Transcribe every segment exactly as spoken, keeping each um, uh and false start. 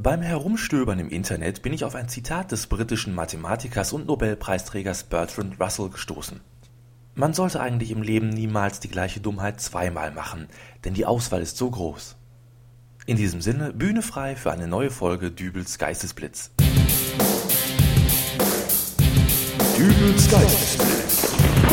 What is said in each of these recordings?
Beim Herumstöbern im Internet bin ich auf ein Zitat des britischen Mathematikers und Nobelpreisträgers Bertrand Russell gestoßen. Man sollte eigentlich im Leben niemals die gleiche Dummheit zweimal machen, denn die Auswahl ist so groß. In diesem Sinne, Bühne frei für eine neue Folge Dübels Geistesblitz. Dübels Geistesblitz.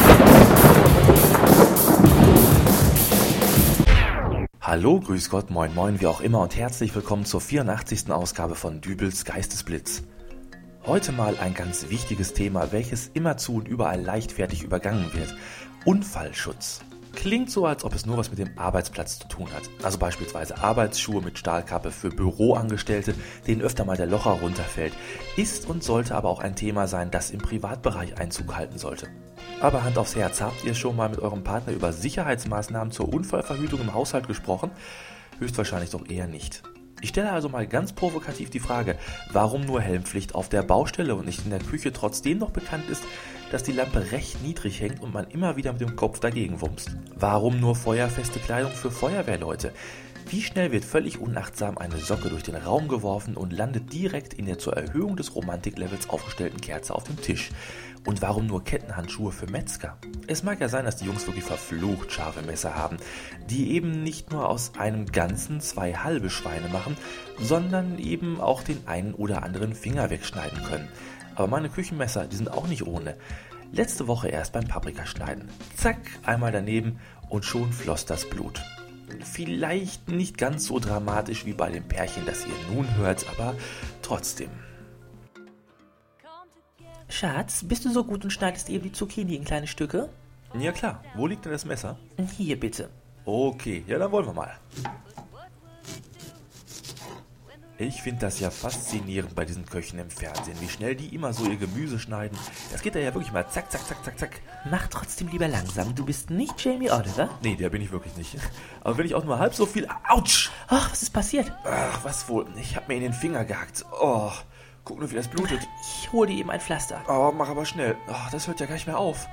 Hallo, grüß Gott, moin moin, wie auch immer und herzlich willkommen zur vierundachtzigsten Ausgabe von Dübels Geistesblitz. Heute mal ein ganz wichtiges Thema, welches immerzu und überall leichtfertig übergangen wird. Unfallschutz. Klingt so, als ob es nur was mit dem Arbeitsplatz zu tun hat. Also beispielsweise Arbeitsschuhe mit Stahlkappe für Büroangestellte, denen öfter mal der Locher runterfällt. Ist und sollte aber auch ein Thema sein, das im Privatbereich Einzug halten sollte. Aber Hand aufs Herz, habt ihr schon mal mit eurem Partner über Sicherheitsmaßnahmen zur Unfallverhütung im Haushalt gesprochen? Höchstwahrscheinlich doch eher nicht. Ich stelle also mal ganz provokativ die Frage, warum nur Helmpflicht auf der Baustelle und nicht in der Küche trotzdem noch bekannt ist, dass die Lampe recht niedrig hängt und man immer wieder mit dem Kopf dagegen wumst? Warum nur feuerfeste Kleidung für Feuerwehrleute? Wie schnell wird völlig unachtsam eine Socke durch den Raum geworfen und landet direkt in der zur Erhöhung des Romantiklevels aufgestellten Kerze auf dem Tisch? Und warum nur Kettenhandschuhe für Metzger? Es mag ja sein, dass die Jungs wirklich verflucht scharfe Messer haben, die eben nicht nur aus einem ganzen zwei halbe Schweine machen, sondern eben auch den einen oder anderen Finger wegschneiden können. Aber meine Küchenmesser, die sind auch nicht ohne. Letzte Woche erst beim Paprikaschneiden. Zack, einmal daneben und schon floss das Blut. Vielleicht nicht ganz so dramatisch wie bei dem Pärchen, das ihr nun hört, aber trotzdem. Schatz, bist du so gut und schneidest eben die Zucchini in kleine Stücke? Ja klar, wo liegt denn das Messer? Hier bitte. Okay, ja dann wollen wir mal. Ich finde das ja faszinierend bei diesen Köchen im Fernsehen, wie schnell die immer so ihr Gemüse schneiden. Das geht da ja wirklich mal zack, zack, zack, zack, zack. Mach trotzdem lieber langsam, du bist nicht Jamie Oliver. Nee, der bin ich wirklich nicht. Aber wenn ich auch nur halb so viel... Autsch! Ach, was ist passiert? Ach, was wohl? Ich hab mir in den Finger gehackt. Oh, guck nur, wie das blutet. Ich hole dir eben ein Pflaster. Oh, mach aber schnell. Oh, das hört ja gar nicht mehr auf.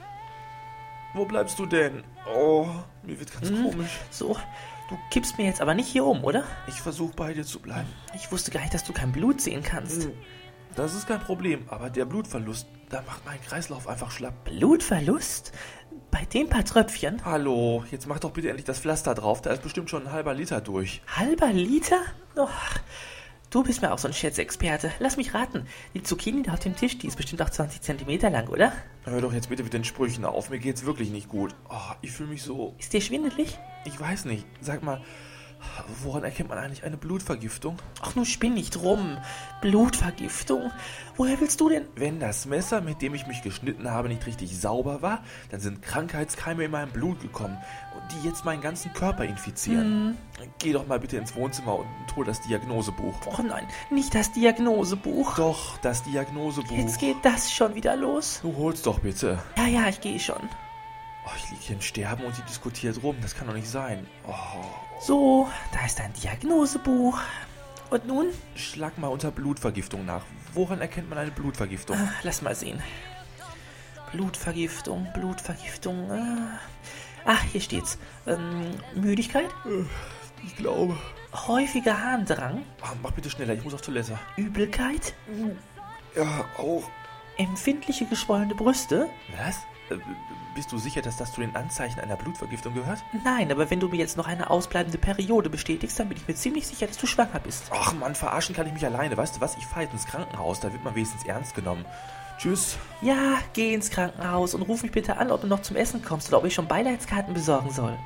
Wo bleibst du denn? Oh, mir wird ganz hm, komisch. So, du kippst mir jetzt aber nicht hier um, oder? Ich versuche bei dir zu bleiben. Ich wusste gar nicht, dass du kein Blut sehen kannst. Das ist kein Problem, aber der Blutverlust, da macht mein Kreislauf einfach schlapp. Blutverlust? Bei den paar Tröpfchen? Hallo, jetzt mach doch bitte endlich das Pflaster drauf, da ist bestimmt schon ein halber Liter durch. Halber Liter? Oh, du bist mir auch so ein Schätzexperte. Lass mich raten, die Zucchini da auf dem Tisch, die ist bestimmt auch zwanzig Zentimeter lang, oder? Hör doch jetzt bitte mit den Sprüchen auf, mir geht's wirklich nicht gut. Oh, ich fühle mich so... Ist dir schwindelig? Ich weiß nicht, sag mal, woran erkennt man eigentlich eine Blutvergiftung? Ach, nun spinn nicht rum. Blutvergiftung? Woher willst du denn? Wenn das Messer, mit dem ich mich geschnitten habe, nicht richtig sauber war, dann sind Krankheitskeime in mein Blut gekommen, die jetzt meinen ganzen Körper infizieren. Mm. Geh doch mal bitte ins Wohnzimmer und hol das Diagnosebuch. Oh nein, nicht das Diagnosebuch. Doch, das Diagnosebuch. Jetzt geht das schon wieder los. Du holst doch bitte. Ja, ja, ich gehe schon. Oh, ich liege hier im Sterben und sie diskutiert rum. Das kann doch nicht sein. Oh. So, da ist ein Diagnosebuch. Und nun? Schlag mal unter Blutvergiftung nach. Woran erkennt man eine Blutvergiftung? Ah, lass mal sehen. Blutvergiftung, Blutvergiftung. Ah, ah hier steht's. Ähm, Müdigkeit? Ich glaube. Häufiger Harndrang? Oh, mach bitte schneller, ich muss auf Toilette. Übelkeit? Ja, auch. Empfindliche geschwollene Brüste? Was? Äh, bist du sicher, dass das zu den Anzeichen einer Blutvergiftung gehört? Nein, aber wenn du mir jetzt noch eine ausbleibende Periode bestätigst, dann bin ich mir ziemlich sicher, dass du schwanger bist. Ach Mann, verarschen kann ich mich alleine. Weißt du was? Ich fahre jetzt ins Krankenhaus, da wird man wenigstens ernst genommen. Tschüss. Ja, geh ins Krankenhaus und ruf mich bitte an, ob du noch zum Essen kommst oder ob ich schon Beileidskarten besorgen soll.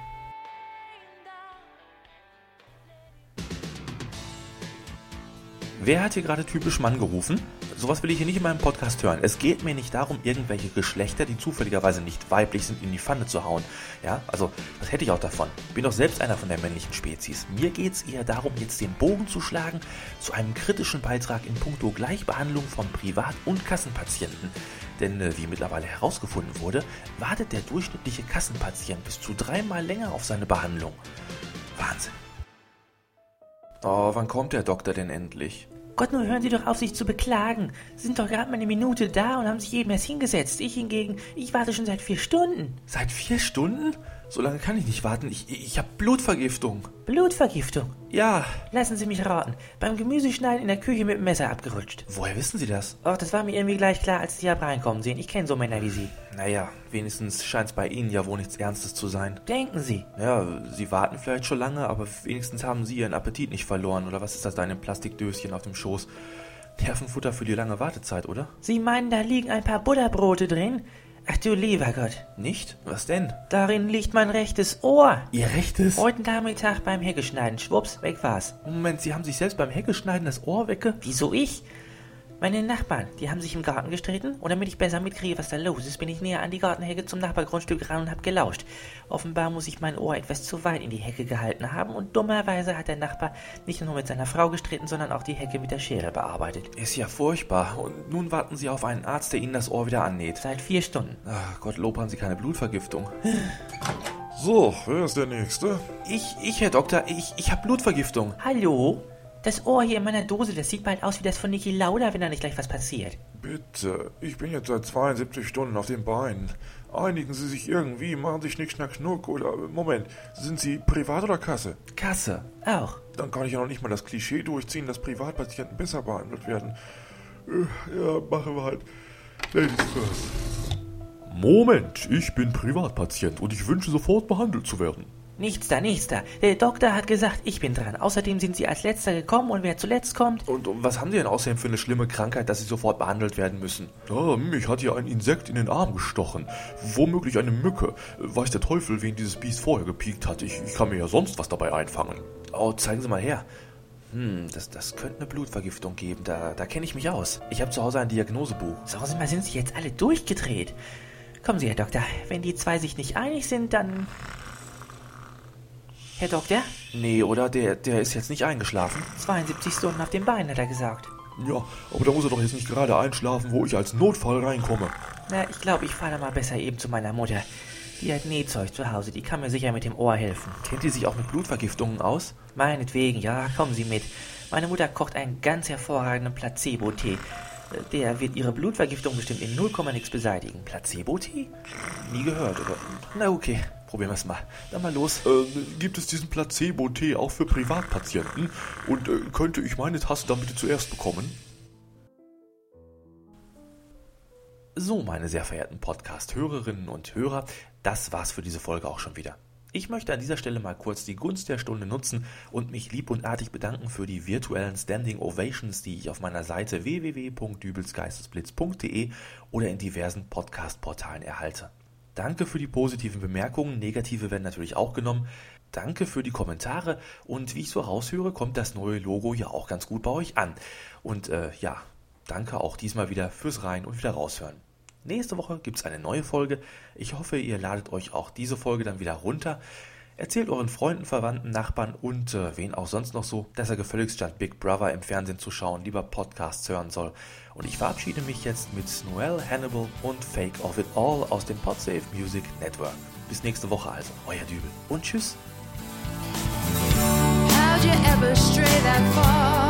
Wer hat hier gerade typisch Mann gerufen? Sowas will ich hier nicht in meinem Podcast hören. Es geht mir nicht darum, irgendwelche Geschlechter, die zufälligerweise nicht weiblich sind, in die Pfanne zu hauen. Ja, also, das hätte ich auch davon. Bin doch selbst einer von der männlichen Spezies. Mir geht es eher darum, jetzt den Bogen zu schlagen zu einem kritischen Beitrag in puncto Gleichbehandlung von Privat- und Kassenpatienten. Denn, äh, wie mittlerweile herausgefunden wurde, wartet der durchschnittliche Kassenpatient bis zu dreimal länger auf seine Behandlung. Wahnsinn. Oh, wann kommt der Doktor denn endlich? Gott, nur hören Sie doch auf, sich zu beklagen. Sie sind doch gerade mal eine Minute da und haben sich eben erst hingesetzt. Ich hingegen, ich warte schon seit vier Stunden. Seit vier Stunden? So lange kann ich nicht warten. Ich, ich habe Blutvergiftung. Blutvergiftung? Ja. Lassen Sie mich raten. Beim Gemüseschneiden in der Küche mit dem Messer abgerutscht. Woher wissen Sie das? Ach, das war mir irgendwie gleich klar, als Sie hereinkommen sehen. Ich kenne so Männer wie Sie. Naja, wenigstens scheint es bei Ihnen ja wohl nichts Ernstes zu sein. Denken Sie? Ja, Sie warten vielleicht schon lange, aber wenigstens haben Sie Ihren Appetit nicht verloren. Oder was ist das da in dem Plastikdöschen auf dem Schoß? Nervenfutter für die lange Wartezeit, oder? Sie meinen, da liegen ein paar Butterbrote drin? Ach du lieber Gott. Nicht? Was denn? Darin liegt mein rechtes Ohr. Ihr rechtes? Heute Nachmittag beim Heckeschneiden. Schwupps, weg war's. Moment, Sie haben sich selbst beim Heckeschneiden das Ohr wegge... Wieso ich? Meine Nachbarn, die haben sich im Garten gestritten und damit ich besser mitkriege, was da los ist, bin ich näher an die Gartenhecke zum Nachbargrundstück ran und hab gelauscht. Offenbar muss ich mein Ohr etwas zu weit in die Hecke gehalten haben und dummerweise hat der Nachbar nicht nur mit seiner Frau gestritten, sondern auch die Hecke mit der Schere bearbeitet. Ist ja furchtbar. Und nun warten Sie auf einen Arzt, der Ihnen das Ohr wieder annäht. Seit vier Stunden. Ach, Gottlob, haben Sie keine Blutvergiftung. So, wer ist der Nächste? Ich, ich, Herr Doktor, ich, ich habe Blutvergiftung. Hallo? Das Ohr hier in meiner Dose, das sieht bald aus wie das von Niki Lauda, wenn da nicht gleich was passiert. Bitte, ich bin jetzt seit zweiundsiebzig Stunden auf den Beinen. Einigen Sie sich irgendwie, machen Sie Schnick, Schnack, Schnuck oder... Moment, sind Sie Privat oder Kasse? Kasse. Auch. Dann kann ich ja noch nicht mal das Klischee durchziehen, dass Privatpatienten besser behandelt werden. Ja, machen wir halt. Ladies first. Moment, ich bin Privatpatient und ich wünsche sofort behandelt zu werden. Nichts da, nichts da. Der Doktor hat gesagt, ich bin dran. Außerdem sind Sie als Letzter gekommen und wer zuletzt kommt... Und, und was haben Sie denn außerdem für eine schlimme Krankheit, dass Sie sofort behandelt werden müssen? Ja, mich hat hier ein Insekt in den Arm gestochen. Womöglich eine Mücke. Weiß der Teufel, wen dieses Biest vorher gepiekt hat. Ich, ich kann mir ja sonst was dabei einfangen. Oh, zeigen Sie mal her. Hm, das, das könnte eine Blutvergiftung geben. Da, da kenne ich mich aus. Ich habe zu Hause ein Diagnosebuch. Sagen Sie mal, sind Sie jetzt alle durchgedreht? Kommen Sie, Herr Doktor. Wenn die zwei sich nicht einig sind, dann... Herr Doktor? Nee, oder? Der, der ist jetzt nicht eingeschlafen. zweiundsiebzig Stunden auf dem Bein, hat er gesagt. Ja, aber da muss er doch jetzt nicht gerade einschlafen, wo ich als Notfall reinkomme. Na, ich glaube, ich fahre mal besser eben zu meiner Mutter. Die hat Nähzeug zu Hause, die kann mir sicher mit dem Ohr helfen. Kennt die sich auch mit Blutvergiftungen aus? Meinetwegen, ja, kommen Sie mit. Meine Mutter kocht einen ganz hervorragenden Placebo-Tee. Der wird Ihre Blutvergiftung bestimmt in null Komma nix beseitigen. Placebo-Tee? Nie gehört, oder? Na okay, probieren wir es mal. Dann mal los. Äh, gibt es diesen Placebo-Tee auch für Privatpatienten? Und äh, könnte ich meine Tasse dann bitte zuerst bekommen? So, meine sehr verehrten Podcast-Hörerinnen und Hörer, das war's für diese Folge auch schon wieder. Ich möchte an dieser Stelle mal kurz die Gunst der Stunde nutzen und mich lieb und artig bedanken für die virtuellen Standing Ovations, die ich auf meiner Seite w w w punkt dübelsgeistesblitz punkt de oder in diversen Podcast-Portalen erhalte. Danke für die positiven Bemerkungen, negative werden natürlich auch genommen. Danke für die Kommentare und wie ich so raushöre, kommt das neue Logo ja auch ganz gut bei euch an. Und äh, ja, danke auch diesmal wieder fürs Rein- und wieder raushören. Nächste Woche gibt es eine neue Folge. Ich hoffe, ihr ladet euch auch diese Folge dann wieder runter. Erzählt euren Freunden, Verwandten, Nachbarn und äh, wen auch sonst noch so, dass er gefälligst statt Big Brother im Fernsehen zu schauen, lieber Podcasts hören soll. Und ich verabschiede mich jetzt mit Noel Hannibal und Fake of It All aus dem Podsafe Music Network. Bis nächste Woche also, euer Dübel und tschüss. How'd you ever stray that far?